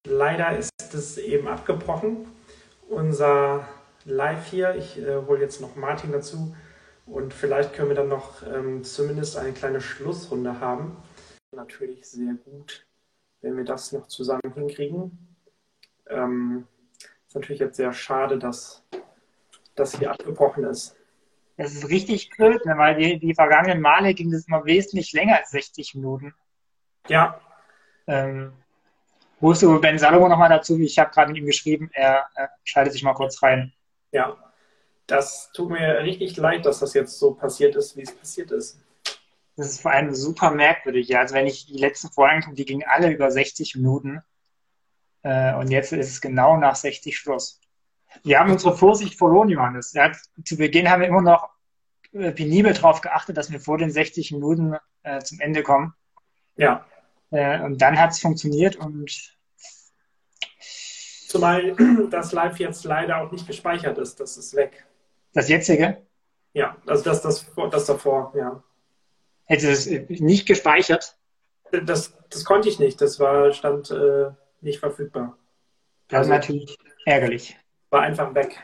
Leider ist es eben abgebrochen. Unser Live hier, ich hole jetzt noch Martin dazu und vielleicht können wir dann noch zumindest eine kleine Schlussrunde haben. Natürlich sehr gut, wenn wir das noch zusammen hinkriegen. Ist natürlich jetzt sehr schade, dass das hier abgebrochen ist. Das ist richtig blöd, ne? Weil die vergangenen Male ging das immer wesentlich länger als 60 Minuten. Ja. Holst du Ben Salomo nochmal dazu? Ich habe gerade mit ihm geschrieben, er schaltet sich mal kurz rein. Ja, das tut mir richtig leid, dass das jetzt so passiert ist, wie es passiert ist. Das ist vor allem super merkwürdig. Ja. Also wenn ich die letzten Folgen gucke, die gingen alle über 60 Minuten. Und jetzt ist es genau nach 60 Schluss. Wir haben unsere Vorsicht verloren, Johannes. Ja, zu Beginn haben wir immer noch penibel darauf geachtet, dass wir vor den 60 Minuten zum Ende kommen. Ja. Und dann hat es funktioniert und zumal das Live jetzt leider auch nicht gespeichert ist. Das ist weg. Das jetzige? Ja, also das davor, ja. Hätte es nicht gespeichert? Das konnte ich nicht. Das stand nicht verfügbar. Das ist natürlich ärgerlich. War einfach weg.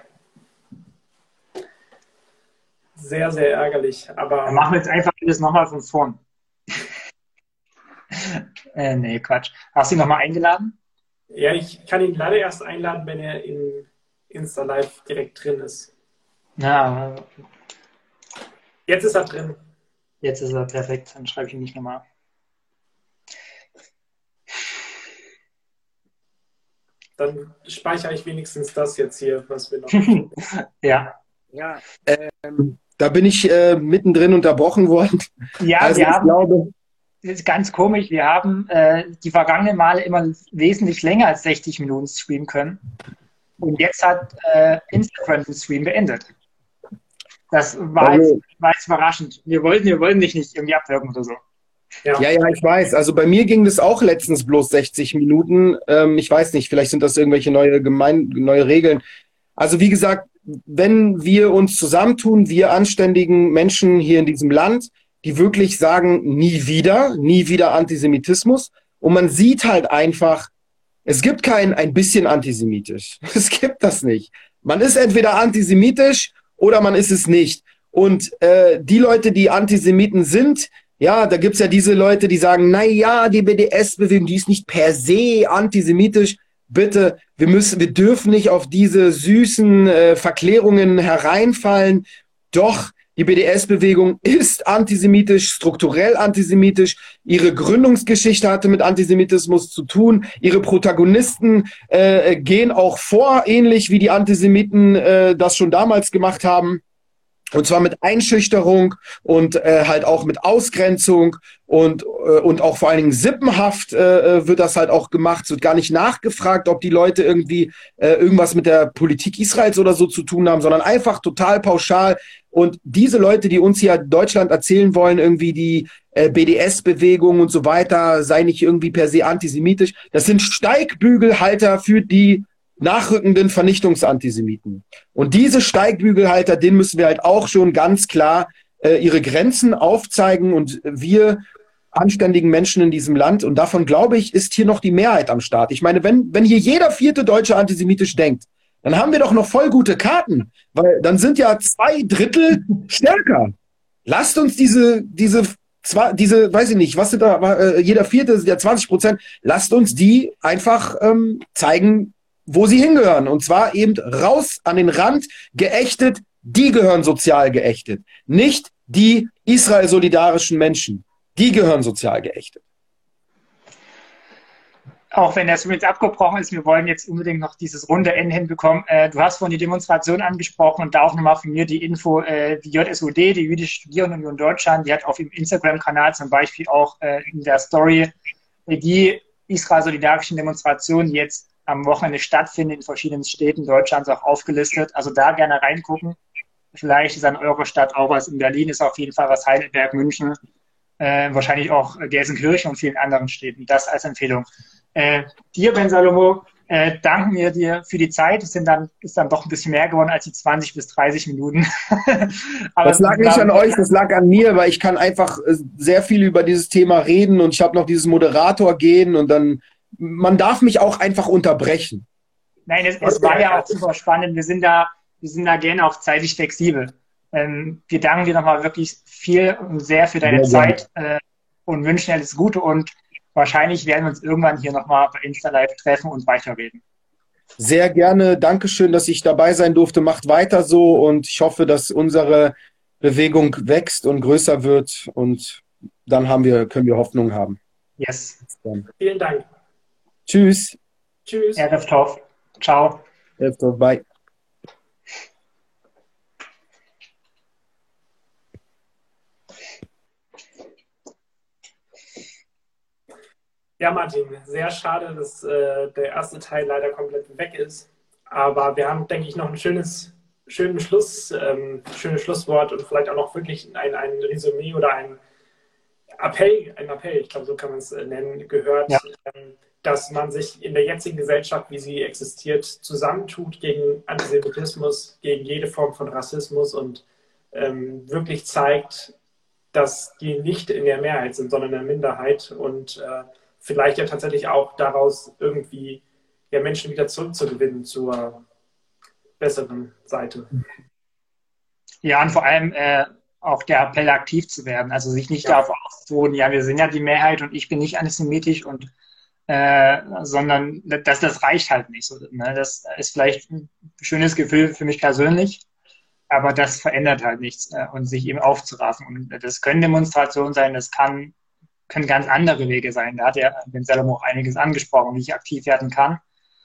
Sehr, sehr ärgerlich. Aber dann machen wir jetzt einfach alles nochmal von vorn. Nee, Quatsch. Hast du ihn nochmal eingeladen? Ja, ich kann ihn leider erst einladen, wenn er in Insta Live direkt drin ist. Ja. Jetzt ist er drin. Jetzt ist er perfekt. Dann schreibe ich ihn nicht nochmal. Dann speichere ich wenigstens das jetzt hier, was wir noch. Ja. Da bin ich mittendrin unterbrochen worden. Ja, also das ist ganz komisch. Wir haben die vergangenen Male immer wesentlich länger als 60 Minuten streamen können. Und jetzt hat Instagram den Stream beendet. Das war jetzt überraschend. Wir wollten dich nicht irgendwie abwürgen oder so. Ja, ich weiß. Also bei mir ging das auch letztens bloß 60 Minuten. Ich weiß nicht, vielleicht sind das irgendwelche neue Regeln. Also wie gesagt, wenn wir uns zusammentun, wir anständigen Menschen hier in diesem Land, die wirklich sagen, nie wieder Antisemitismus. Und man sieht halt einfach, es gibt kein ein bisschen antisemitisch. Es gibt das nicht. Man ist entweder antisemitisch oder man ist es nicht. Und die Leute, die Antisemiten sind, ja, da gibt's ja diese Leute, die sagen, na ja, die BDS-Bewegung, die ist nicht per se antisemitisch. Bitte, wir dürfen nicht auf diese süßen Verklärungen hereinfallen. Doch, die BDS-Bewegung ist antisemitisch, strukturell antisemitisch. Ihre Gründungsgeschichte hatte mit Antisemitismus zu tun. Ihre Protagonisten gehen auch vor, ähnlich wie die Antisemiten das schon damals gemacht haben. Und zwar mit Einschüchterung und halt auch mit Ausgrenzung und auch vor allen Dingen sippenhaft wird das halt auch gemacht. Es wird gar nicht nachgefragt, ob die Leute irgendwie irgendwas mit der Politik Israels oder so zu tun haben, sondern einfach total pauschal. Und diese Leute, die uns hier in Deutschland erzählen wollen, irgendwie die BDS-Bewegung und so weiter, sei nicht irgendwie per se antisemitisch, das sind Steigbügelhalter für die nachrückenden Vernichtungsantisemiten. Und diese Steigbügelhalter, denen müssen wir halt auch schon ganz klar ihre Grenzen aufzeigen. Und wir anständigen Menschen in diesem Land, und davon glaube ich, ist hier noch die Mehrheit am Start. Ich meine, wenn hier jeder 4. Deutsche antisemitisch denkt, dann haben wir doch noch voll gute Karten, weil dann sind ja 2/3 stärker. Lasst uns diese, weiß ich nicht, was sind da, jeder 4. sind ja 20%, lasst uns die einfach zeigen, wo sie hingehören. Und zwar eben raus an den Rand, geächtet, die gehören sozial geächtet. Nicht die Israel-solidarischen Menschen. Die gehören sozial geächtet. Auch wenn das jetzt abgebrochen ist, wir wollen jetzt unbedingt noch dieses runde Ende hinbekommen. Du hast vorhin die Demonstration angesprochen und da auch nochmal von mir die Info, die JSUD, die Jüdische Studierendenunion Deutschland, die hat auf ihrem Instagram-Kanal zum Beispiel auch in der Story die Israel-solidarischen Demonstrationen, die jetzt am Wochenende stattfinden in verschiedenen Städten Deutschlands auch aufgelistet. Also da gerne reingucken. Vielleicht ist an eurer Stadt auch was. In Berlin ist auf jeden Fall was, Heidelberg, München, wahrscheinlich auch Gelsenkirchen und vielen anderen Städten. Das als Empfehlung. Dir, Ben Salomo, danken wir dir für die Zeit. Es ist dann doch ein bisschen mehr geworden als die 20 bis 30 Minuten. Aber das lag nicht an euch, das lag an mir, weil ich kann einfach sehr viel über dieses Thema reden und ich habe noch dieses Moderator gehen und dann man darf mich auch einfach unterbrechen. Nein, es war ja auch super spannend. Wir sind da gerne auch zeitlich flexibel. Wir danken dir nochmal wirklich viel und sehr für deine Zeit und wünschen dir alles Gute und wahrscheinlich werden wir uns irgendwann hier nochmal bei Insta Live treffen und weiterreden. Sehr gerne. Dankeschön, dass ich dabei sein durfte. Macht weiter so und ich hoffe, dass unsere Bewegung wächst und größer wird und dann können wir Hoffnung haben. Yes. Vielen Dank. Tschüss. Tschüss. Erev Tov. Ciao. Erev Tov. Bye. Ja, Martin, sehr schade, dass der erste Teil leider komplett weg ist. Aber wir haben, denke ich, noch ein schönes Schlusswort und vielleicht auch noch wirklich ein Resümee oder ein Appell, ich glaube, so kann man es nennen, gehört, ja. Dass man sich in der jetzigen Gesellschaft, wie sie existiert, zusammentut gegen Antisemitismus, gegen jede Form von Rassismus und wirklich zeigt, dass die nicht in der Mehrheit sind, sondern in der Minderheit und vielleicht ja tatsächlich auch daraus irgendwie ja, Menschen wieder zurückzugewinnen zur besseren Seite. Ja, und vor allem auch der Appell, aktiv zu werden. Also sich nicht darauf auszuruhen, ja, wir sind ja die Mehrheit und ich bin nicht antisemitisch und sondern das reicht halt nicht. So, ne? Das ist vielleicht ein schönes Gefühl für mich persönlich, aber das verändert halt nichts und sich eben aufzuraffen. Und das können Demonstrationen sein, das können ganz andere Wege sein. Da hat ja den Salomo auch einiges angesprochen, wie ich aktiv werden kann,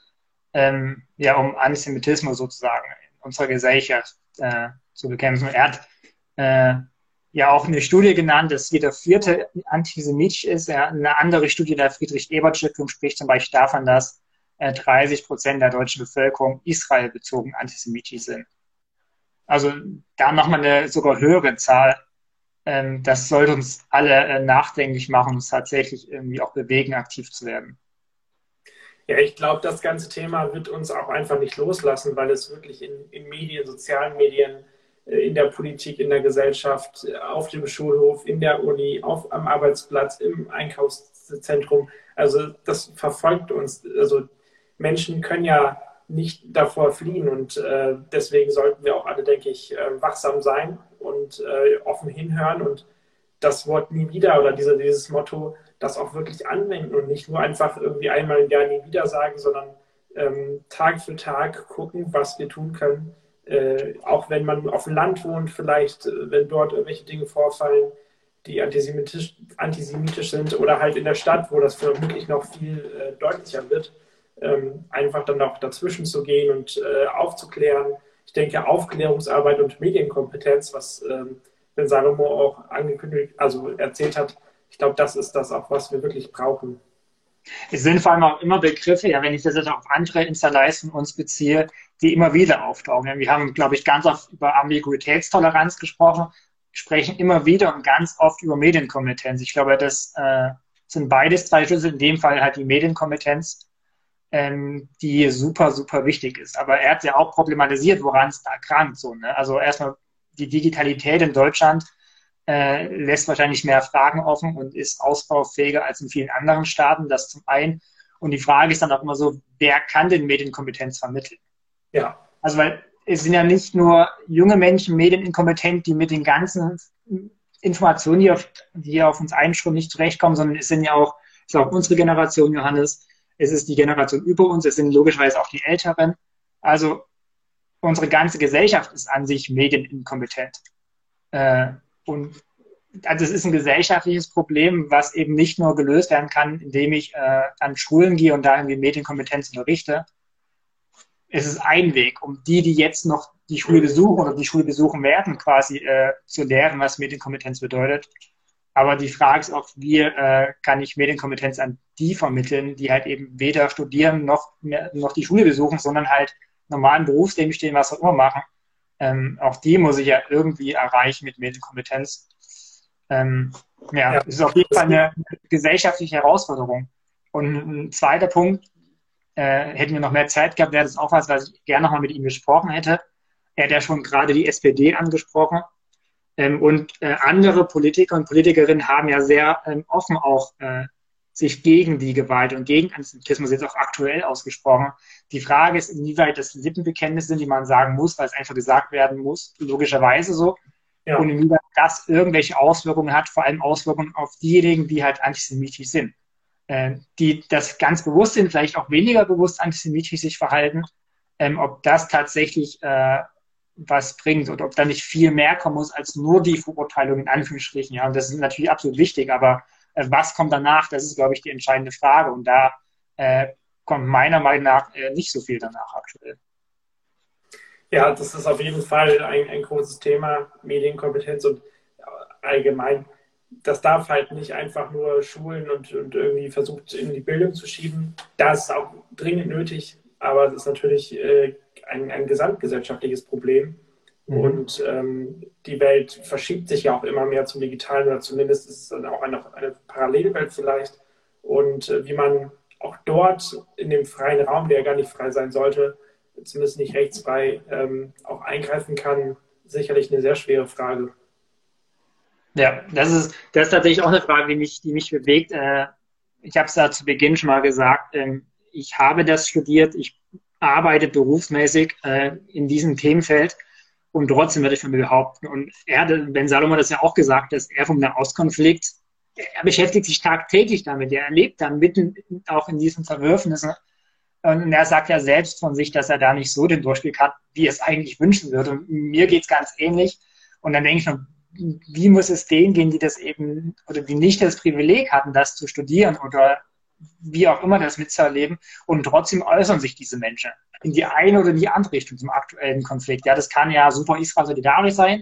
um Antisemitismus sozusagen in unserer Gesellschaft zu bekämpfen. Und er hat auch eine Studie genannt, dass jeder vierte antisemitisch ist. Eine andere Studie der Friedrich-Ebert-Stiftung spricht zum Beispiel davon, dass 30% der deutschen Bevölkerung israelbezogen antisemitisch sind. Also da nochmal eine sogar höhere Zahl. Das sollte uns alle nachdenklich machen und uns tatsächlich irgendwie auch bewegen, aktiv zu werden. Ja, ich glaube, das ganze Thema wird uns auch einfach nicht loslassen, weil es wirklich in Medien, sozialen Medien, in der Politik, in der Gesellschaft, auf dem Schulhof, in der Uni, am Arbeitsplatz, im Einkaufszentrum, also das verfolgt uns. Also Menschen können ja nicht davor fliehen und deswegen sollten wir auch alle, denke ich, wachsam sein und offen hinhören und das Wort nie wieder oder dieses Motto, das auch wirklich anwenden und nicht nur einfach irgendwie einmal im Jahr nie wieder sagen, sondern Tag für Tag gucken, was wir tun können. Auch wenn man auf dem Land wohnt, vielleicht, wenn dort irgendwelche Dinge vorfallen, die antisemitisch sind oder halt in der Stadt, wo das vermutlich noch viel deutlicher wird, einfach dann auch dazwischen zu gehen und aufzuklären. Ich denke, Aufklärungsarbeit und Medienkompetenz, was Ben Salomo auch erzählt hat, ich glaube, das ist das auch, was wir wirklich brauchen. Es sind vor allem auch immer Begriffe, ja, wenn ich das jetzt auf andere Insta-Lives von uns beziehe, die immer wieder auftauchen. Wir haben, glaube ich, ganz oft über Ambiguitätstoleranz gesprochen, sprechen immer wieder und ganz oft über Medienkompetenz. Ich glaube, das sind beides drei Schlüssel, in dem Fall halt die Medienkompetenz, die super, super wichtig ist. Aber er hat ja auch problematisiert, woran es da krankt. So, ne? Also erstmal die Digitalität in Deutschland lässt wahrscheinlich mehr Fragen offen und ist ausbaufähiger als in vielen anderen Staaten, das zum einen. Und die Frage ist dann auch immer so, wer kann denn Medienkompetenz vermitteln? Ja. Also weil es sind ja nicht nur junge Menschen medieninkompetent, die mit den ganzen Informationen, die auf uns einströmen, nicht zurechtkommen, sondern es sind ja auch, es ist auch unsere Generation, Johannes, es ist die Generation über uns, es sind logischerweise auch die Älteren. Also unsere ganze Gesellschaft ist an sich medieninkompetent. Und also es ist ein gesellschaftliches Problem, was eben nicht nur gelöst werden kann, indem ich an Schulen gehe und da irgendwie Medienkompetenz unterrichte. Es ist ein Weg, um die jetzt noch die Schule besuchen oder die Schule besuchen werden, quasi zu lernen, was Medienkompetenz bedeutet. Aber die Frage ist auch, wie kann ich Medienkompetenz an die vermitteln, die halt eben weder studieren noch die Schule besuchen, sondern halt normalen Berufsleben stehen, was auch immer machen. Auch die muss ich ja irgendwie erreichen mit Medienkompetenz. ist auf jeden Fall eine gesellschaftliche Herausforderung. Und ein zweiter Punkt, hätten wir noch mehr Zeit gehabt, wäre das auch was ich gerne nochmal mit ihm besprochen hätte. Er hat ja schon gerade die SPD angesprochen. Und andere Politiker und Politikerinnen haben ja sehr offen auch sich gegen die Gewalt und gegen Antisemitismus jetzt auch aktuell ausgesprochen. Die Frage ist, inwieweit das Lippenbekenntnisse sind, die man sagen muss, weil es einfach gesagt werden muss, logischerweise so. Ja. Und inwieweit das irgendwelche Auswirkungen hat, vor allem Auswirkungen auf diejenigen, die halt antisemitisch sind. Die das ganz bewusst sind, vielleicht auch weniger bewusst antisemitisch sich verhalten, ob das tatsächlich was bringt oder ob da nicht viel mehr kommen muss als nur die Verurteilung in Anführungsstrichen. Ja, und das ist natürlich absolut wichtig, aber was kommt danach, das ist, glaube ich, die entscheidende Frage. Und da kommt meiner Meinung nach nicht so viel danach aktuell. Ja, das ist auf jeden Fall ein großes Thema, Medienkompetenz und allgemein. Das darf halt nicht einfach nur Schulen und irgendwie versucht in die Bildung zu schieben. Das ist auch dringend nötig, aber es ist natürlich ein gesamtgesellschaftliches Problem. Mhm. Und die Welt verschiebt sich ja auch immer mehr zum Digitalen oder zumindest ist es dann auch eine Parallelwelt vielleicht. Und wie man auch dort in dem freien Raum, der ja gar nicht frei sein sollte, zumindest nicht rechtsfrei, auch eingreifen kann, sicherlich eine sehr schwere Frage. Ja, das ist tatsächlich auch eine Frage, die mich bewegt. Ich habe es da zu Beginn schon mal gesagt. Ich habe das studiert, ich arbeite berufsmäßig in diesem Themenfeld und trotzdem würde ich von mir behaupten, und Ben Salomon hat das ja auch gesagt, dass er vom Nahostkonflikt, er beschäftigt sich tagtäglich damit, er erlebt da mitten auch in diesen Zerwürfnissen. Und er sagt ja selbst von sich, dass er da nicht so den Durchblick hat, wie er es eigentlich wünschen würde. Und mir geht es ganz ähnlich. Und dann denke ich noch, wie muss es denen gehen, die das eben oder die nicht das Privileg hatten, das zu studieren oder wie auch immer das mitzuerleben, und trotzdem äußern sich diese Menschen in die eine oder die andere Richtung zum aktuellen Konflikt. Ja, das kann ja super Israel solidarisch sein,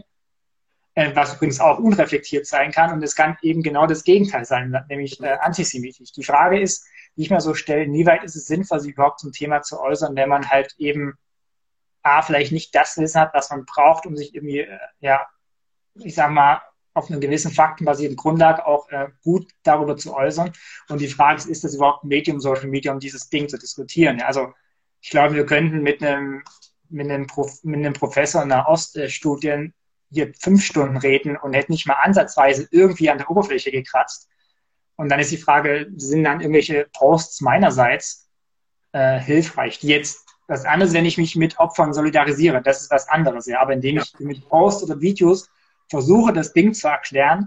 was übrigens auch unreflektiert sein kann, und es kann eben genau das Gegenteil sein, nämlich antisemitisch. Die Frage ist, die ich mir so stelle, inwieweit ist es sinnvoll, sich überhaupt zum Thema zu äußern, wenn man halt eben vielleicht nicht das Wissen hat, was man braucht, um sich irgendwie, ich sag mal, auf einer gewissen faktenbasierten Grundlage auch gut darüber zu äußern. Und die Frage ist das überhaupt ein Medium, Social Media, um dieses Ding zu diskutieren? Ja, also ich glaube, wir könnten mit einem Professor in der Oststudien hier 5 Stunden reden und hätten nicht mal ansatzweise irgendwie an der Oberfläche gekratzt. Und dann ist die Frage, sind dann irgendwelche Posts meinerseits hilfreich? Die jetzt was anderes, wenn ich mich mit Opfern solidarisiere, das ist was anderes. Ja, aber indem ich mit Posts oder Videos versuche, das Ding zu erklären,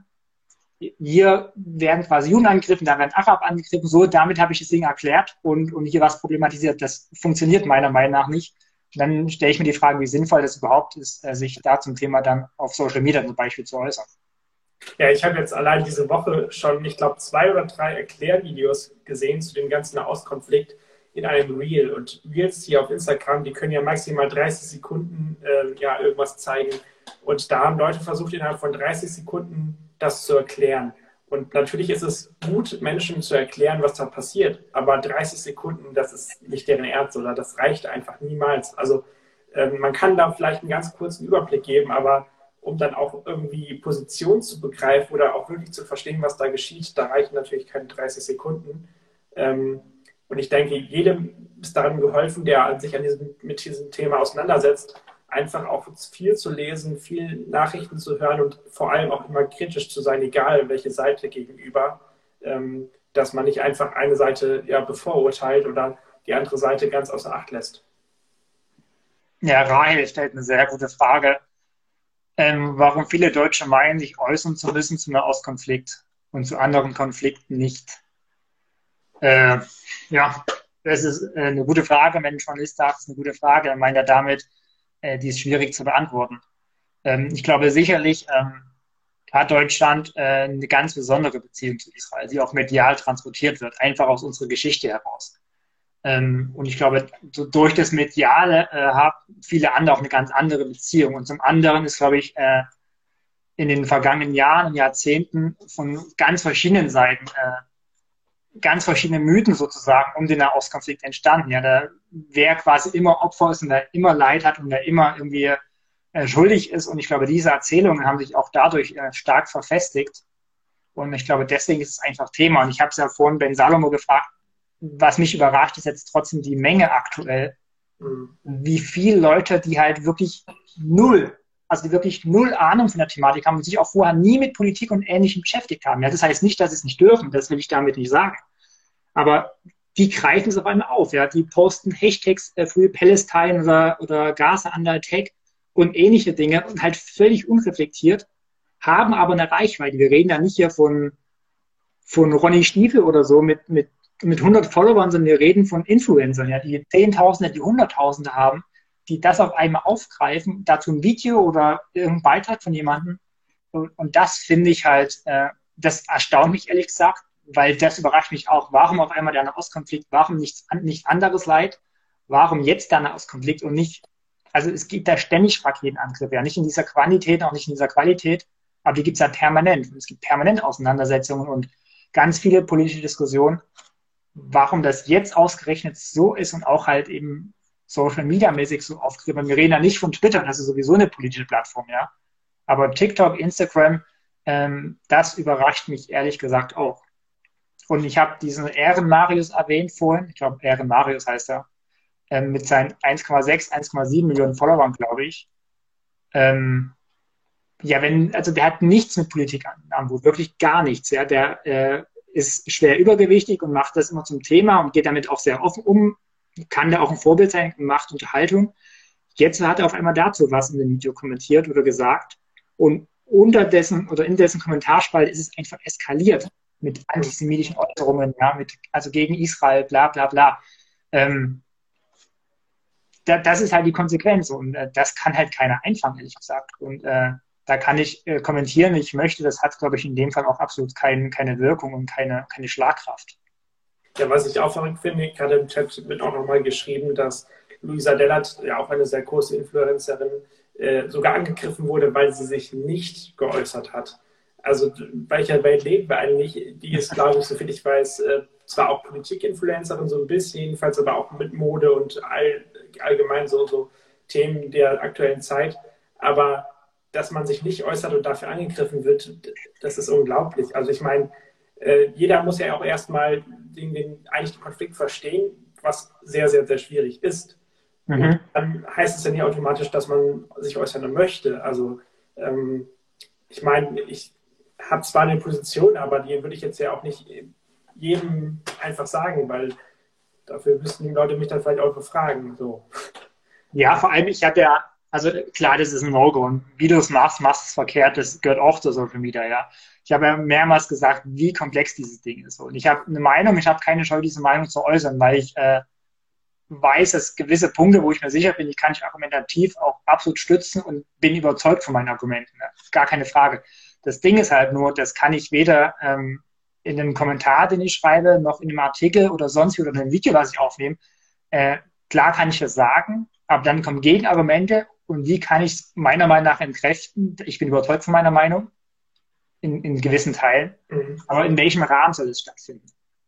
hier werden quasi Juden angegriffen, da werden Araber angegriffen, so, damit habe ich das Ding erklärt und hier was problematisiert. Das funktioniert meiner Meinung nach nicht. Und dann stelle ich mir die Frage, wie sinnvoll das überhaupt ist, sich da zum Thema dann auf Social Media zum Beispiel zu äußern. Ja, ich habe jetzt allein diese Woche schon, ich glaube, 2 oder 3 Erklärvideos gesehen zu dem ganzen Nahostkonflikt in einem Reel. Und Reels hier auf Instagram, die können ja maximal 30 Sekunden irgendwas zeigen. Und da haben Leute versucht, innerhalb von 30 Sekunden das zu erklären. Und natürlich ist es gut, Menschen zu erklären, was da passiert. Aber 30 Sekunden, das ist nicht deren Ernst, oder das reicht einfach niemals. Also man kann da vielleicht einen ganz kurzen Überblick geben, aber um dann auch irgendwie Position zu begreifen oder auch wirklich zu verstehen, was da geschieht, da reichen natürlich keine 30 Sekunden. Und ich denke, jedem ist daran geholfen, der sich mit diesem Thema auseinandersetzt, einfach auch viel zu lesen, viel Nachrichten zu hören und vor allem auch immer kritisch zu sein, egal welche Seite gegenüber, dass man nicht einfach eine Seite bevorurteilt oder die andere Seite ganz außer Acht lässt. Ja, Rahel stellt eine sehr gute Frage. Warum viele Deutsche meinen, sich äußern zu müssen zum Nahostkonflikt und zu anderen Konflikten nicht. Das ist eine gute Frage. Wenn ein Journalist sagt, das ist eine gute Frage, dann meint er damit, die ist schwierig zu beantworten. Ich glaube, sicherlich hat Deutschland eine ganz besondere Beziehung zu Israel, die auch medial transportiert wird, einfach aus unserer Geschichte heraus. Und ich glaube, durch das Mediale haben viele andere auch eine ganz andere Beziehung. Und zum anderen ist, glaube ich, in den vergangenen Jahren und Jahrzehnten von ganz verschiedenen Seiten ganz verschiedene Mythen sozusagen um den Nahostkonflikt entstanden. Ja, wer quasi immer Opfer ist und wer immer Leid hat und wer immer irgendwie schuldig ist. Und ich glaube, diese Erzählungen haben sich auch dadurch stark verfestigt. Und ich glaube, deswegen ist es einfach Thema. Und ich habe es ja vorhin Ben Salomo gefragt, was mich überrascht, ist jetzt trotzdem die Menge aktuell. Wie viele Leute, die halt wirklich null Ahnung von der Thematik haben und sich auch vorher nie mit Politik und Ähnlichem beschäftigt haben. Ja, das heißt nicht, dass sie es nicht dürfen, das will ich damit nicht sagen. Aber die greifen es auf einmal auf, ja. Die posten Hashtags Free Palestine oder Gaza Under Attack und ähnliche Dinge und halt völlig unreflektiert, haben aber eine Reichweite. Wir reden da nicht hier von Ronny Stiefel oder so mit 100 Followern, sondern wir reden von Influencern, ja, die Zehntausende, die Hunderttausende haben, die das auf einmal aufgreifen, dazu ein Video oder irgendein Beitrag von jemandem. Und das finde ich halt, das erstaunt mich ehrlich gesagt, weil das überrascht mich auch. Warum auf einmal der Nahostkonflikt? Warum nicht anderes Leid? Warum jetzt der Nahostkonflikt und nicht, also es gibt da ständig Raketenangriffe, ja, nicht in dieser Quantität, auch nicht in dieser Qualität, aber die gibt es ja permanent. Und es gibt permanent Auseinandersetzungen und ganz viele politische Diskussionen. Warum das jetzt ausgerechnet so ist und auch halt eben Social-Media-mäßig so aufgegriffen. Wir reden ja nicht von Twitter, das ist sowieso eine politische Plattform, ja. Aber TikTok, Instagram, das überrascht mich ehrlich gesagt auch. Und ich habe diesen Ehrenmarius erwähnt vorhin, ich glaube Ehrenmarius heißt er, mit seinen 1,6, 1,7 Millionen Followern, glaube ich. Ja, also der hat nichts mit Politik am Hut, wirklich gar nichts. Ja, der ist schwer übergewichtig und macht das immer zum Thema und geht damit auch sehr offen um, kann da auch ein Vorbild sein, macht Unterhaltung. Jetzt hat er auf einmal dazu was in dem Video kommentiert oder gesagt und in dessen Kommentarspalte ist es einfach eskaliert mit antisemitischen Äußerungen, ja, also gegen Israel, bla bla bla. Das ist halt die Konsequenz und das kann halt keiner einfangen, ehrlich gesagt. Und da kann ich kommentieren, ich möchte, das hat, glaube ich, in dem Fall auch absolut keine Wirkung und keine Schlagkraft. Ja, was ich auch verrückt finde, ich hatte im Chat mit auch nochmal geschrieben, dass Luisa Dellert, ja auch eine sehr große Influencerin, sogar angegriffen wurde, weil sie sich nicht geäußert hat. Also, welcher Welt leben wir eigentlich? Die ist, glaube ich, soviel ich weiß, zwar auch Politik-Influencerin, so ein bisschen, jedenfalls aber auch mit Mode und allgemein so Themen der aktuellen Zeit. Aber dass man sich nicht äußert und dafür angegriffen wird, das ist unglaublich. Also ich meine, jeder muss ja auch erstmal den Konflikt verstehen, was sehr, sehr, sehr schwierig ist. Mhm. Und dann heißt es ja nicht automatisch, dass man sich äußern möchte. Also ich meine, ich habe zwar eine Position, aber die würde ich jetzt ja auch nicht jedem einfach sagen, weil dafür müssten die Leute mich dann vielleicht auch befragen. So. Ja, vor allem, ich habe ja, also klar, das ist ein No-Go. Und wie du es machst es verkehrt, das gehört auch zu Social Media, ja. Ich habe ja mehrmals gesagt, wie komplex dieses Ding ist. Und ich habe eine Meinung, ich habe keine Scheu, diese Meinung zu äußern, weil ich weiß, dass gewisse Punkte, wo ich mir sicher bin, ich kann mich argumentativ auch absolut stützen und bin überzeugt von meinen Argumenten. Ne? Gar keine Frage. Das Ding ist halt nur, das kann ich weder in einem Kommentar, den ich schreibe, noch in einem Artikel oder sonst oder in einem Video, was ich aufnehme. Klar kann ich das sagen, aber dann kommen Gegenargumente und wie kann ich es meiner Meinung nach entkräften? Ich bin überzeugt von meiner Meinung in gewissen Teilen, aber in welchem Rahmen soll es stattfinden?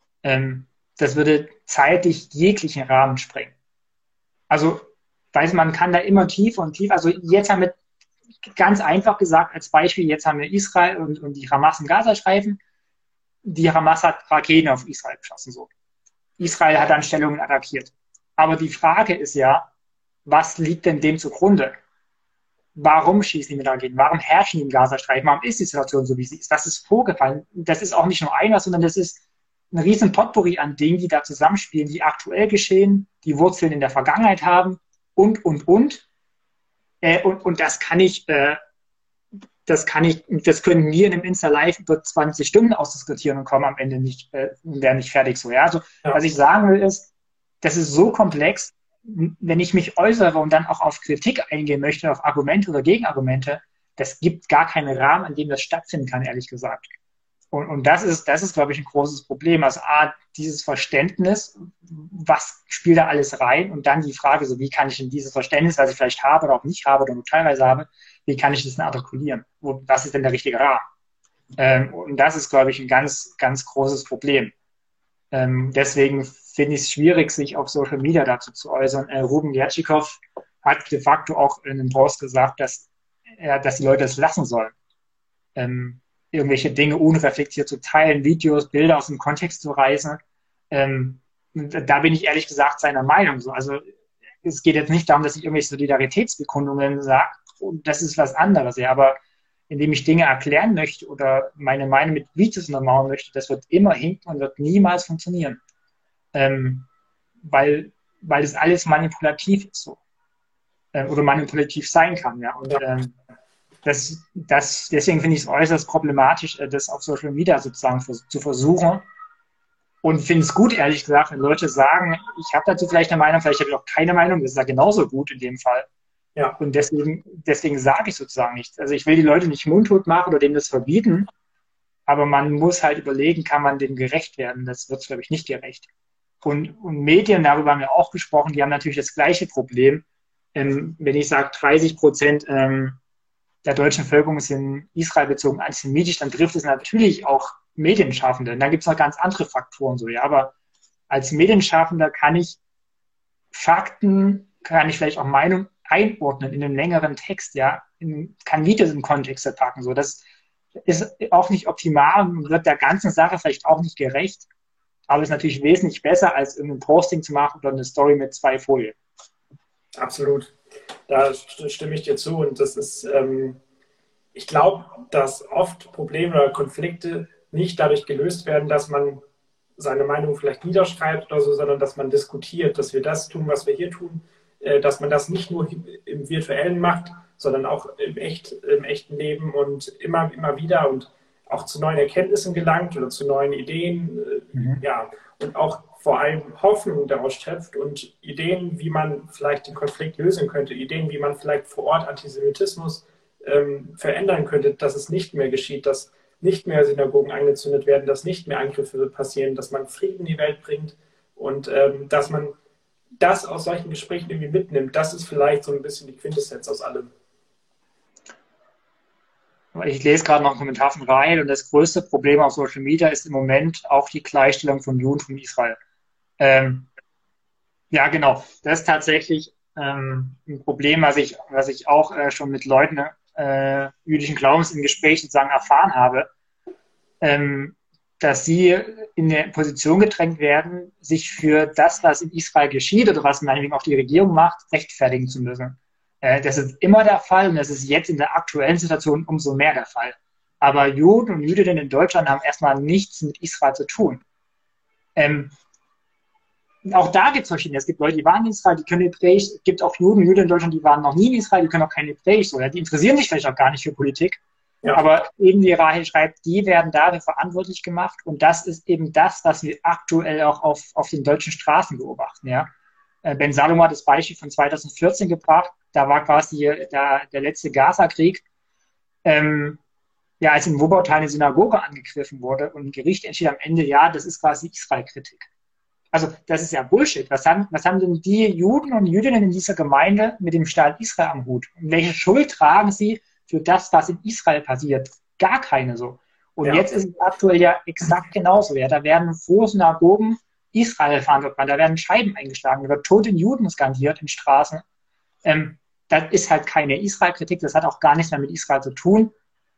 Das würde zeitlich jeglichen Rahmen sprengen. Also, weiß man kann da immer tiefer und tiefer. Also jetzt haben wir ganz einfach gesagt, als Beispiel, jetzt haben wir Israel und die Hamas im Gazastreifen. Die Hamas hat Raketen auf Israel geschossen. So. Israel hat dann Stellungen attackiert. Aber die Frage ist ja, was liegt denn dem zugrunde? Warum schießen die mit Raketen? Warum herrschen die im Gazastreifen? Warum ist die Situation so, wie sie ist? Das ist vorgefallen. Das ist auch nicht nur einer, sondern das ist ein riesen Potpourri an Dingen, die da zusammenspielen, die aktuell geschehen, die Wurzeln in der Vergangenheit haben und. Und das können wir in einem Insta-Live über 20 Stunden ausdiskutieren und kommen am Ende nicht, werden nicht fertig so. Ja? Also, was ich sagen will ist, das ist so komplex, wenn ich mich äußere und dann auch auf Kritik eingehen möchte, auf Argumente oder Gegenargumente, das gibt gar keinen Rahmen, in dem das stattfinden kann, ehrlich gesagt. Und das ist, glaube ich, ein großes Problem. Also dieses Verständnis, was spielt da alles rein? Und dann die Frage, so wie kann ich denn dieses Verständnis, was ich vielleicht habe oder auch nicht habe oder nur teilweise habe, wie kann ich das denn artikulieren? Was ist denn der richtige Rahmen? Und das ist, glaube ich, ein ganz, ganz großes Problem. Deswegen finde ich es schwierig, sich auf Social Media dazu zu äußern. Ruben Gertschikow hat de facto auch in einem Post gesagt, dass die Leute es lassen sollen. Irgendwelche Dinge unreflektiert zu teilen, Videos, Bilder aus dem Kontext zu reißen. Da bin ich ehrlich gesagt seiner Meinung. So. Also es geht jetzt nicht darum, dass ich irgendwelche Solidaritätsbekundungen sage. Das ist was anderes. Ja. Aber indem ich Dinge erklären möchte oder meine Meinung mit Videos untermauern möchte, das wird immer hinken und wird niemals funktionieren. ähm, weil, weil das alles manipulativ ist so. Oder manipulativ sein kann, ja. Und deswegen finde ich es äußerst problematisch, das auf Social Media sozusagen zu versuchen. Und finde es gut, ehrlich gesagt, wenn Leute sagen, ich habe dazu vielleicht eine Meinung, vielleicht habe ich auch keine Meinung, das ist ja genauso gut in dem Fall. Ja. Und deswegen sage ich sozusagen nichts. Also ich will die Leute nicht mundtot machen oder denen das verbieten, aber man muss halt überlegen, kann man dem gerecht werden? Das wird, glaube ich, nicht gerecht. Und Medien, darüber haben wir auch gesprochen, die haben natürlich das gleiche Problem. Wenn ich sage, 30% der deutschen Bevölkerung sind israelbezogen antisemitisch, dann trifft es natürlich auch Medienschaffende. Und da gibt es noch ganz andere Faktoren so, ja. Aber als Medienschaffender kann ich Fakten, kann ich vielleicht auch Meinung einordnen in einem längeren Text, ja, kann Videos im Kontext packen. So, das ist auch nicht optimal und wird der ganzen Sache vielleicht auch nicht gerecht, aber ist natürlich wesentlich besser, als irgendein Posting zu machen oder eine Story mit 2 Folien. Absolut. Da stimme ich dir zu. Und das ist, ich glaube, dass oft Probleme oder Konflikte nicht dadurch gelöst werden, dass man seine Meinung vielleicht niederschreibt oder so, sondern dass man diskutiert, dass wir das tun, was wir hier tun, dass man das nicht nur im Virtuellen macht, sondern auch im echten Leben und immer wieder und auch zu neuen Erkenntnissen gelangt oder zu neuen Ideen, ja, und auch vor allem Hoffnung daraus schöpft und Ideen, wie man vielleicht den Konflikt lösen könnte, Ideen, wie man vielleicht vor Ort Antisemitismus verändern könnte, dass es nicht mehr geschieht, dass nicht mehr Synagogen angezündet werden, dass nicht mehr Angriffe passieren, dass man Frieden in die Welt bringt und dass man das aus solchen Gesprächen irgendwie mitnimmt. Das ist vielleicht so ein bisschen die Quintessenz aus allem. Ich lese gerade noch einen Kommentar von Rahel und das größte Problem auf Social Media ist im Moment auch die Gleichstellung von Juden von Israel. Ja, genau. Das ist tatsächlich ein Problem, was ich auch schon mit Leuten jüdischen Glaubens in Gesprächen sozusagen erfahren habe, dass sie in eine Position gedrängt werden, sich für das, was in Israel geschieht oder was meinetwegen auch die Regierung macht, rechtfertigen zu müssen. Das ist immer der Fall und das ist jetzt in der aktuellen Situation umso mehr der Fall. Aber Juden und Jüdinnen in Deutschland haben erstmal nichts mit Israel zu tun. Auch da gibt es verschiedene. Es gibt Leute, die waren in Israel, die können Hebräisch. Es gibt auch Juden und Jüdinnen in Deutschland, die waren noch nie in Israel, die können auch kein Hebräisch. Oder die interessieren sich vielleicht auch gar nicht für Politik. Ja. Aber eben wie Rahel schreibt, die werden dafür verantwortlich gemacht. Und das ist eben das, was wir aktuell auch auf den deutschen Straßen beobachten. Ja? Ben Salomo hat das Beispiel von 2014 gebracht. Da war quasi der letzte Gaza-Krieg. Ja, als in Wuppertal eine Synagoge angegriffen wurde und ein Gericht entschied am Ende, ja, das ist quasi Israel-Kritik. Also das ist ja Bullshit. Was haben denn die Juden und Jüdinnen in dieser Gemeinde mit dem Staat Israel am Hut? Und welche Schuld tragen sie für das, was in Israel passiert? Gar keine so. Und ja. Jetzt ist es aktuell ja exakt genauso. Ja. Da werden vor Synagogen Israel verhandelt, da werden Scheiben eingeschlagen, da wird tote Juden skandiert in Straßen. Das ist halt keine Israel-Kritik, das hat auch gar nichts mehr mit Israel zu tun.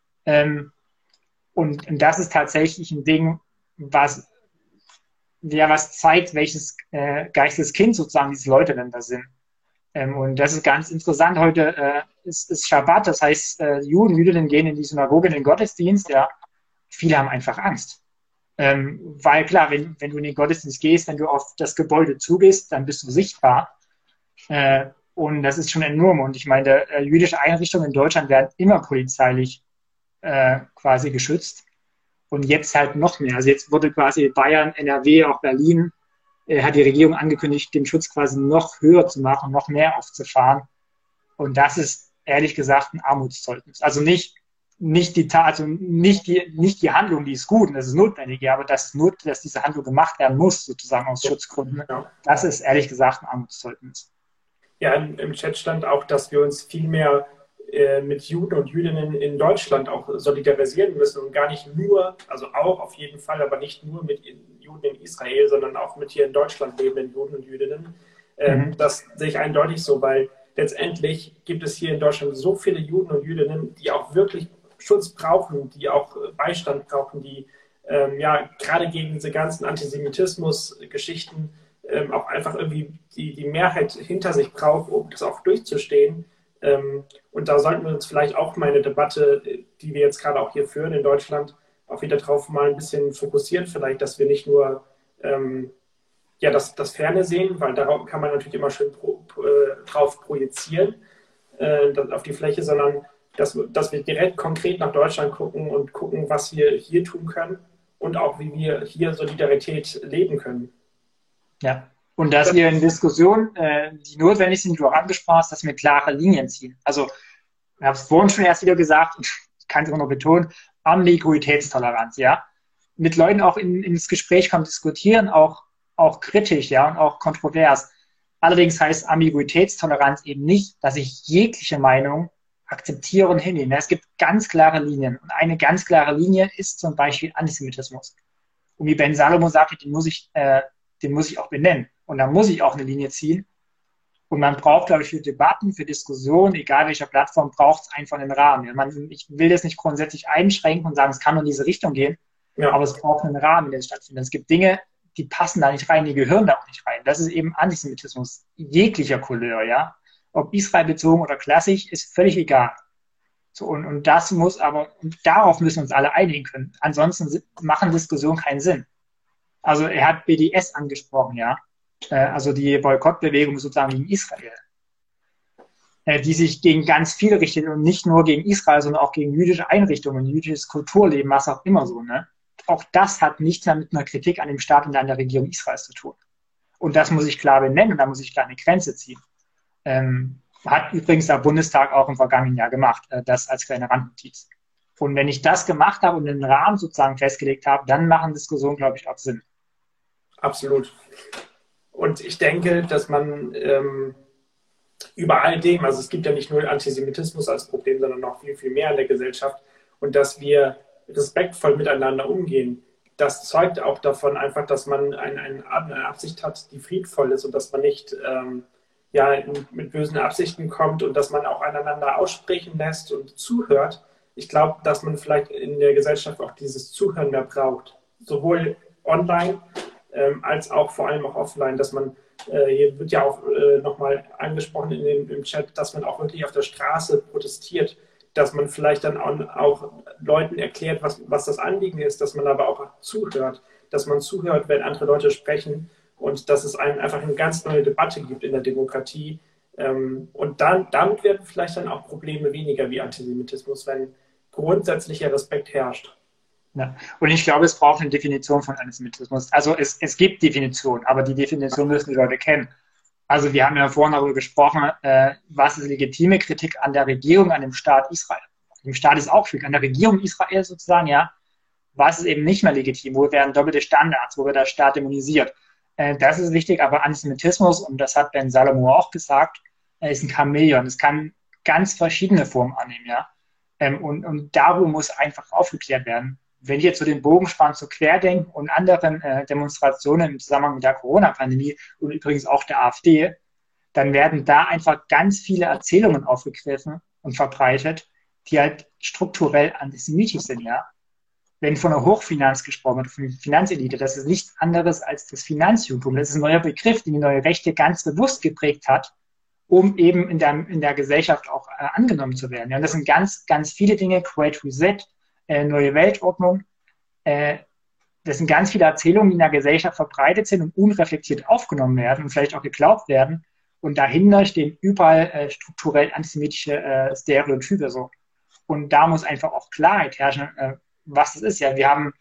Und das ist tatsächlich ein Ding, was zeigt, welches geistiges Kind sozusagen diese Leute denn da sind. Und das ist ganz interessant. Heute ist Schabbat, das heißt, Juden, Jüdinnen gehen in die Synagoge, in den Gottesdienst. Ja. Viele haben einfach Angst. Weil klar, wenn du in den Gottesdienst gehst, wenn du auf das Gebäude zugehst, dann bist du sichtbar. Und das ist schon enorm. Und ich meine, jüdische Einrichtungen in Deutschland werden immer polizeilich quasi geschützt. Und jetzt halt noch mehr. Also jetzt wurde quasi Bayern, NRW, auch Berlin, hat die Regierung angekündigt, den Schutz quasi noch höher zu machen, noch mehr aufzufahren. Und das ist ehrlich gesagt ein Armutszeugnis. Also nicht die Tat, also nicht die Handlung, die ist gut und das ist notwendig, aber dass diese Handlung gemacht werden muss, sozusagen aus Schutzgründen, das ist ehrlich gesagt ein Armutszeugnis. Ja, im Chat stand auch, dass wir uns viel mehr mit Juden und Jüdinnen in Deutschland auch solidarisieren müssen und gar nicht nur, also auch auf jeden Fall, aber nicht nur mit Juden in Israel, sondern auch mit hier in Deutschland lebenden Juden und Jüdinnen. Das sehe ich eindeutig so, weil letztendlich gibt es hier in Deutschland so viele Juden und Jüdinnen, die auch wirklich Schutz brauchen, die auch Beistand brauchen, die ja gerade gegen diese ganzen Antisemitismus-Geschichten auch einfach irgendwie die Mehrheit hinter sich braucht, um das auch durchzustehen. Und da sollten wir uns vielleicht auch mal eine Debatte, die wir jetzt gerade auch hier führen in Deutschland, auch wieder drauf mal ein bisschen fokussieren, vielleicht, dass wir nicht nur ja, das Ferne sehen, weil darauf kann man natürlich immer schön drauf projizieren, auf die Fläche, sondern dass wir direkt konkret nach Deutschland gucken und gucken, was wir hier tun können und auch wie wir hier Solidarität leben können. Ja. Und dass wir in Diskussionen, die notwendig sind, die du auch angesprochen hast, dass wir klare Linien ziehen. Also, ich habe es vorhin schon erst wieder gesagt, und ich kann es immer noch betonen, Ambiguitätstoleranz, ja. Mit Leuten auch ins Gespräch kommen, diskutieren, auch kritisch, ja, und auch kontrovers. Allerdings heißt Ambiguitätstoleranz eben nicht, dass ich jegliche Meinung akzeptiere und hinnehme. Es gibt ganz klare Linien. Und eine ganz klare Linie ist zum Beispiel Antisemitismus. Und wie Ben Salomo sagte, den muss ich auch benennen. Und da muss ich auch eine Linie ziehen. Und man braucht, glaube ich, für Debatten, für Diskussionen, egal welcher Plattform, braucht es einfach einen Rahmen. Ja, ich will das nicht grundsätzlich einschränken und sagen, es kann nur in diese Richtung gehen, ja. Aber es braucht einen Rahmen, in dem es stattfindet. Es gibt Dinge, die passen da nicht rein, die gehören da auch nicht rein. Das ist eben Antisemitismus jeglicher Couleur, ja. Ob Israel bezogen oder klassisch, ist völlig egal. So, und das muss aber, und darauf müssen wir uns alle einigen können. Ansonsten machen Diskussionen keinen Sinn. Also er hat BDS angesprochen, ja. Also die Boykottbewegung sozusagen gegen Israel, die sich gegen ganz viele richtet und nicht nur gegen Israel, sondern auch gegen jüdische Einrichtungen, jüdisches Kulturleben, was auch immer so, ne? Auch das hat nichts mehr mit einer Kritik an dem Staat und an der Regierung Israels zu tun. Und das muss ich klar benennen und da muss ich klar eine Grenze ziehen. Hat übrigens der Bundestag auch im vergangenen Jahr gemacht, das als kleine Randnotiz. Und wenn ich das gemacht habe und den Rahmen sozusagen festgelegt habe, dann machen Diskussionen, glaube ich, auch Sinn. Absolut. Und ich denke, dass man über all dem, also es gibt ja nicht nur Antisemitismus als Problem, sondern noch viel, viel mehr in der Gesellschaft und dass wir respektvoll miteinander umgehen, das zeugt auch davon einfach, dass man eine Absicht hat, die friedvoll ist und dass man nicht mit bösen Absichten kommt und dass man auch einander aussprechen lässt und zuhört. Ich glaube, dass man vielleicht in der Gesellschaft auch dieses Zuhören mehr braucht, sowohl online als auch vor allem auch offline, dass man, hier wird ja auch nochmal angesprochen im Chat, dass man auch wirklich auf der Straße protestiert, dass man vielleicht dann auch Leuten erklärt, was das Anliegen ist, dass man aber auch zuhört, dass man zuhört, wenn andere Leute sprechen und dass es einfach eine ganz neue Debatte gibt in der Demokratie. Und damit werden vielleicht dann auch Probleme weniger wie Antisemitismus, wenn grundsätzlicher Respekt herrscht. Ja. Und ich glaube, es braucht eine Definition von Antisemitismus. Also es gibt Definitionen, aber die Definition müssen die Leute kennen. Also wir haben ja vorhin darüber gesprochen, was ist legitime Kritik an der Regierung, an dem Staat Israel. Dem Staat ist auch schwierig, an der Regierung Israel sozusagen, ja. Was ist eben nicht mehr legitim? Wo werden doppelte Standards? Wo wird der Staat dämonisiert? Das ist wichtig, aber Antisemitismus, und das hat Ben Salomo auch gesagt, ist ein Chamäleon. Es kann ganz verschiedene Formen annehmen, ja. Und darüber muss einfach aufgeklärt werden. Wenn ich jetzt so den Bogen spannen zu Querdenken und anderen Demonstrationen im Zusammenhang mit der Corona-Pandemie und übrigens auch der AfD, dann werden da einfach ganz viele Erzählungen aufgegriffen und verbreitet, die halt strukturell antisemitisch sind, ja. Wenn von der Hochfinanz gesprochen wird, von der Finanzelite, das ist nichts anderes als das Finanzjudentum. Das ist ein neuer Begriff, den die neue Rechte ganz bewusst geprägt hat, um eben in der Gesellschaft auch angenommen zu werden. Ja, und das sind ganz, ganz viele Dinge, Great Reset, neue Weltordnung. Das sind ganz viele Erzählungen, die in der Gesellschaft verbreitet sind und unreflektiert aufgenommen werden und vielleicht auch geglaubt werden. Und dahinter stehen überall strukturell antisemitische Stereotype. So. Und da muss einfach auch Klarheit herrschen, was das ist. Ja, wir haben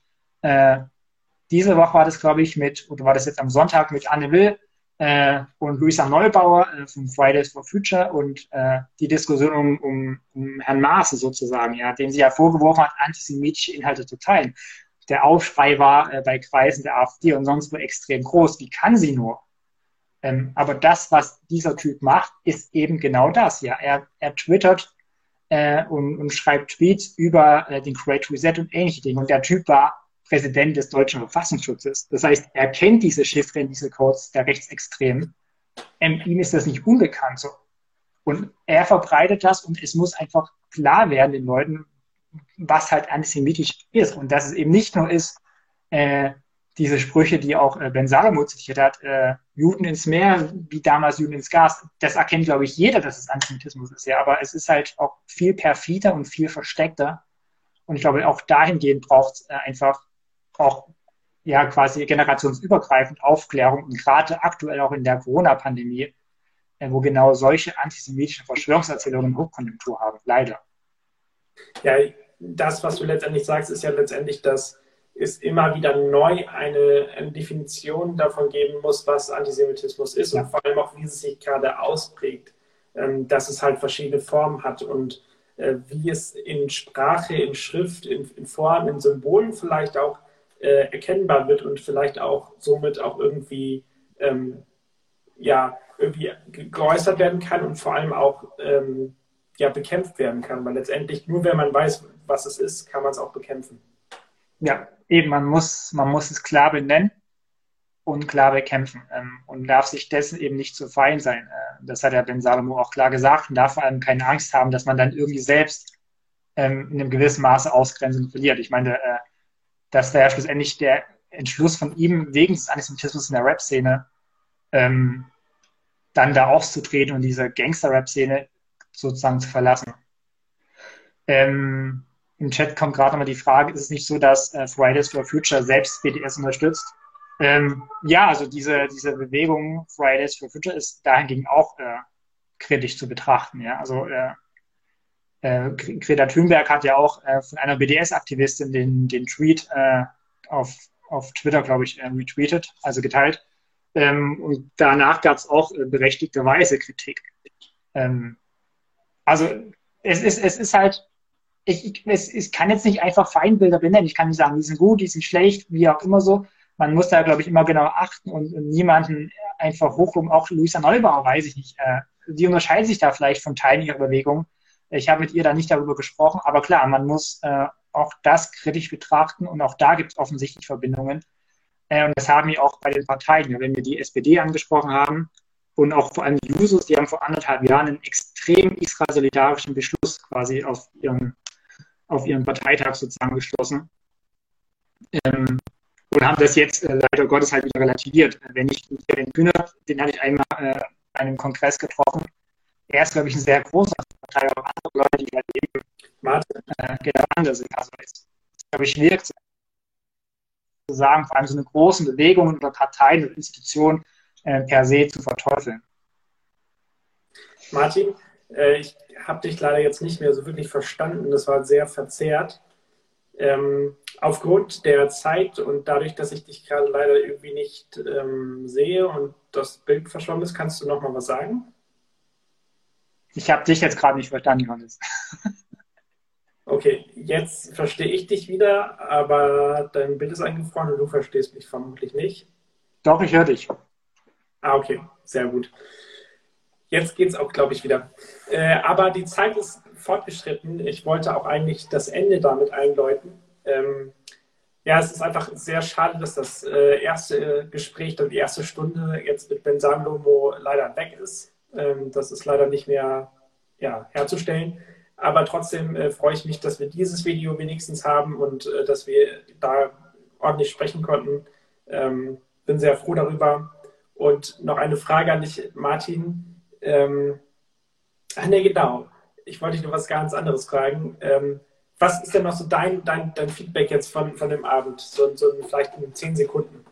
diese Woche war das, glaube ich, oder war das jetzt am Sonntag mit Anne Will und Luisa Neubauer von Fridays for Future und die Diskussion um Herrn Maaße sozusagen, ja, dem sie ja vorgeworfen hat, antisemitische Inhalte zu teilen. Der Aufschrei war bei Kreisen der AfD und sonst wo extrem groß. Wie kann sie nur? Aber das, was dieser Typ macht, ist eben genau das. Ja, er twittert und schreibt Tweets über den Great Reset und ähnliche Dinge. Und der Typ war Präsident des deutschen Verfassungsschutzes. Das heißt, er kennt diese Chiffren, diese Codes der Rechtsextremen. Ihm ist das nicht unbekannt so. Und er verbreitet das und es muss einfach klar werden den Leuten, was halt antisemitisch ist. Und dass es eben nicht nur ist, diese Sprüche, die auch Ben Salomo zitiert hat, Juden ins Meer, wie damals Juden ins Gas. Das erkennt, glaube ich, jeder, dass es Antisemitismus ist. Ja, aber es ist halt auch viel perfider und viel versteckter. Und ich glaube, auch dahingehend braucht es einfach auch ja quasi generationsübergreifend Aufklärung und gerade aktuell auch in der Corona-Pandemie, wo genau solche antisemitischen Verschwörungserzählungen Hochkonjunktur haben, leider. Ja, das, was du letztendlich sagst, ist ja letztendlich, dass es immer wieder neu eine Definition davon geben muss, was Antisemitismus ist und vor allem auch, wie es sich gerade ausprägt, dass es halt verschiedene Formen hat und wie es in Sprache, in Schrift, in Form, in Symbolen vielleicht auch erkennbar wird und vielleicht auch somit auch irgendwie ja, irgendwie geäußert werden kann und vor allem auch ja, bekämpft werden kann. Weil letztendlich nur wenn man weiß, was es ist, kann man es auch bekämpfen. Ja, eben, man muss es klar benennen und klar bekämpfen und darf sich dessen eben nicht zu fein sein. Das hat ja Ben Salomo auch klar gesagt und darf vor allem keine Angst haben, dass man dann irgendwie selbst in einem gewissen Maße Ausgrenzung verliert. Ich meine, das wäre ja schlussendlich der Entschluss von ihm, wegen des Antisemitismus in der Rap-Szene dann da auszutreten und diese Gangster-Rap-Szene sozusagen zu verlassen. Im Chat kommt gerade nochmal die Frage, ist es nicht so, dass Fridays for Future selbst BDS unterstützt? Ja, also diese Bewegung Fridays for Future ist dahingegen auch kritisch zu betrachten. Ja? Also Greta Thunberg hat ja auch von einer BDS-Aktivistin den Tweet auf Twitter, glaube ich, retweetet, also geteilt. Und danach gab es auch berechtigterweise Kritik. Also es ist halt, ich kann jetzt nicht einfach Feindbilder benennen. Ich kann nicht sagen, die sind gut, die sind schlecht, wie auch immer so. Man muss da, glaube ich, immer genau achten und niemanden einfach hochloben. Auch Luisa Neubauer, weiß ich nicht. Die unterscheidet sich da vielleicht von Teilen ihrer Bewegung. Ich habe mit ihr da nicht darüber gesprochen, aber klar, man muss auch das kritisch betrachten und auch da gibt es offensichtlich Verbindungen. Und das haben wir auch bei den Parteien. Wenn wir die SPD angesprochen haben und auch vor allem die Jusos, die haben vor 1,5 Jahren einen extrem israel-solidarischen Beschluss quasi auf ihren Parteitag sozusagen geschlossen. Und haben das jetzt leider Gottes halt wieder relativiert. Wenn ich den Kühner, den hatte ich einmal bei einem Kongress getroffen. Er ist, glaube ich, ein sehr großer Partei, auch andere Leute, die halt eben genau anders sind. Also es ist, glaube ich, schwierig zu sagen, vor allem so eine große Bewegung oder Parteien oder Institutionen per se zu verteufeln. Martin, ich habe dich leider jetzt nicht mehr so wirklich verstanden. Das war sehr verzerrt. Aufgrund der Zeit und dadurch, dass ich dich gerade leider irgendwie nicht sehe und das Bild verschwommen ist, kannst du noch mal was sagen? Ich habe dich jetzt gerade nicht verstanden, Johannes. Okay, jetzt verstehe ich dich wieder, aber dein Bild ist eingefroren und du verstehst mich vermutlich nicht. Doch, ich höre dich. Ah, okay, sehr gut. Jetzt geht es auch, glaube ich, wieder. Aber die Zeit ist fortgeschritten. Ich wollte auch eigentlich das Ende damit einläuten. Ja, es ist einfach sehr schade, dass das erste Gespräch, die erste Stunde jetzt mit Ben Salomo leider weg ist. Das ist leider nicht mehr herzustellen. Aber trotzdem freue ich mich, dass wir dieses Video wenigstens haben und dass wir da ordentlich sprechen konnten. Bin sehr froh darüber. Und noch eine Frage an dich, Martin. Ne, genau. Ich wollte dich noch was ganz anderes fragen. Was ist denn noch so dein Feedback jetzt von dem Abend? So vielleicht in 10 Sekunden.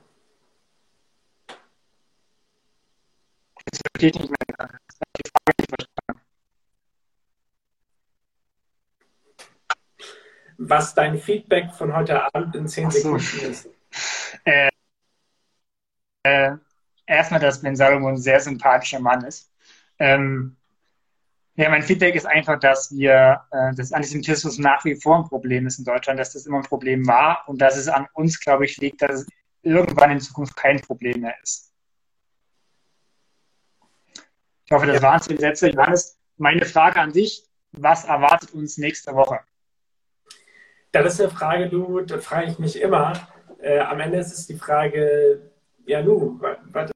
Das verstehe ich nicht mehr. Die Frage nicht verstanden. Was dein Feedback von heute Abend in 10 Sekunden ist? Erstmal, dass Ben Salomo ein sehr sympathischer Mann ist. Ja, mein Feedback ist einfach, dass dass Antisemitismus nach wie vor ein Problem ist in Deutschland, dass das immer ein Problem war und dass es an uns, glaube ich, liegt, dass es irgendwann in Zukunft kein Problem mehr ist. Ich hoffe, das waren es die Sätze. Johannes, meine Frage an dich, was erwartet uns nächste Woche? Das ist eine Frage, da frage ich mich immer. Am Ende ist es die Frage, ja, was